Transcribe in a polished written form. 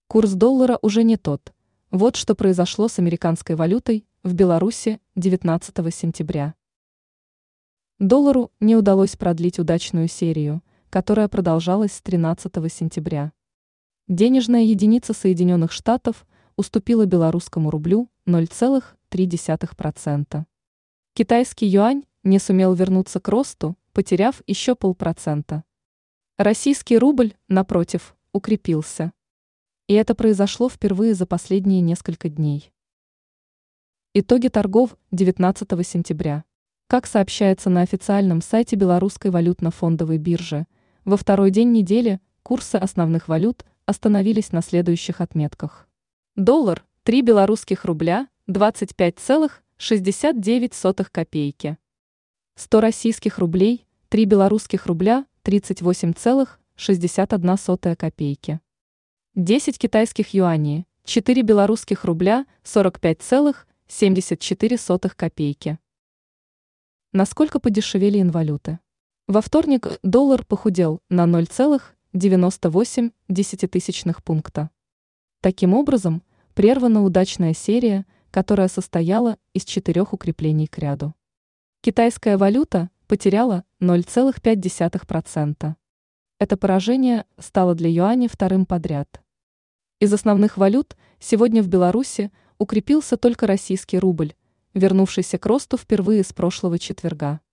Курс доллара уже не тот. Вот что произошло с американской валютой в Беларуси 19 сентября. Доллару не удалось продлить удачную серию, которая продолжалась с 13 сентября. Денежная единица Соединенных Штатов уступила белорусскому рублю 0,3%. Китайский юань не сумел вернуться к росту, потеряв еще 0,5%. Российский рубль, напротив, укрепился. И это произошло впервые за последние несколько дней. Итоги торгов 19 сентября. Как сообщается на официальном сайте Белорусской валютно-фондовой биржи, во второй день недели курсы основных валют остановились на следующих отметках. Доллар – 3 белорусских рубля 25,69 копейки. 100 российских рублей – 3 белорусских рубля 38,61 копейки. 10 китайских юаней – 4 белорусских рубля 45,74 копейки. Насколько подешевели инвалюты? Во вторник доллар похудел на 0,98 пункта. Таким образом, прервана удачная серия, которая состояла из 4 укреплений к ряду. Китайская валюта потеряла 0,5%. Это поражение стало для юаня вторым подряд. Из основных валют сегодня в Беларуси укрепился только российский рубль, вернувшийся к росту впервые с прошлого четверга.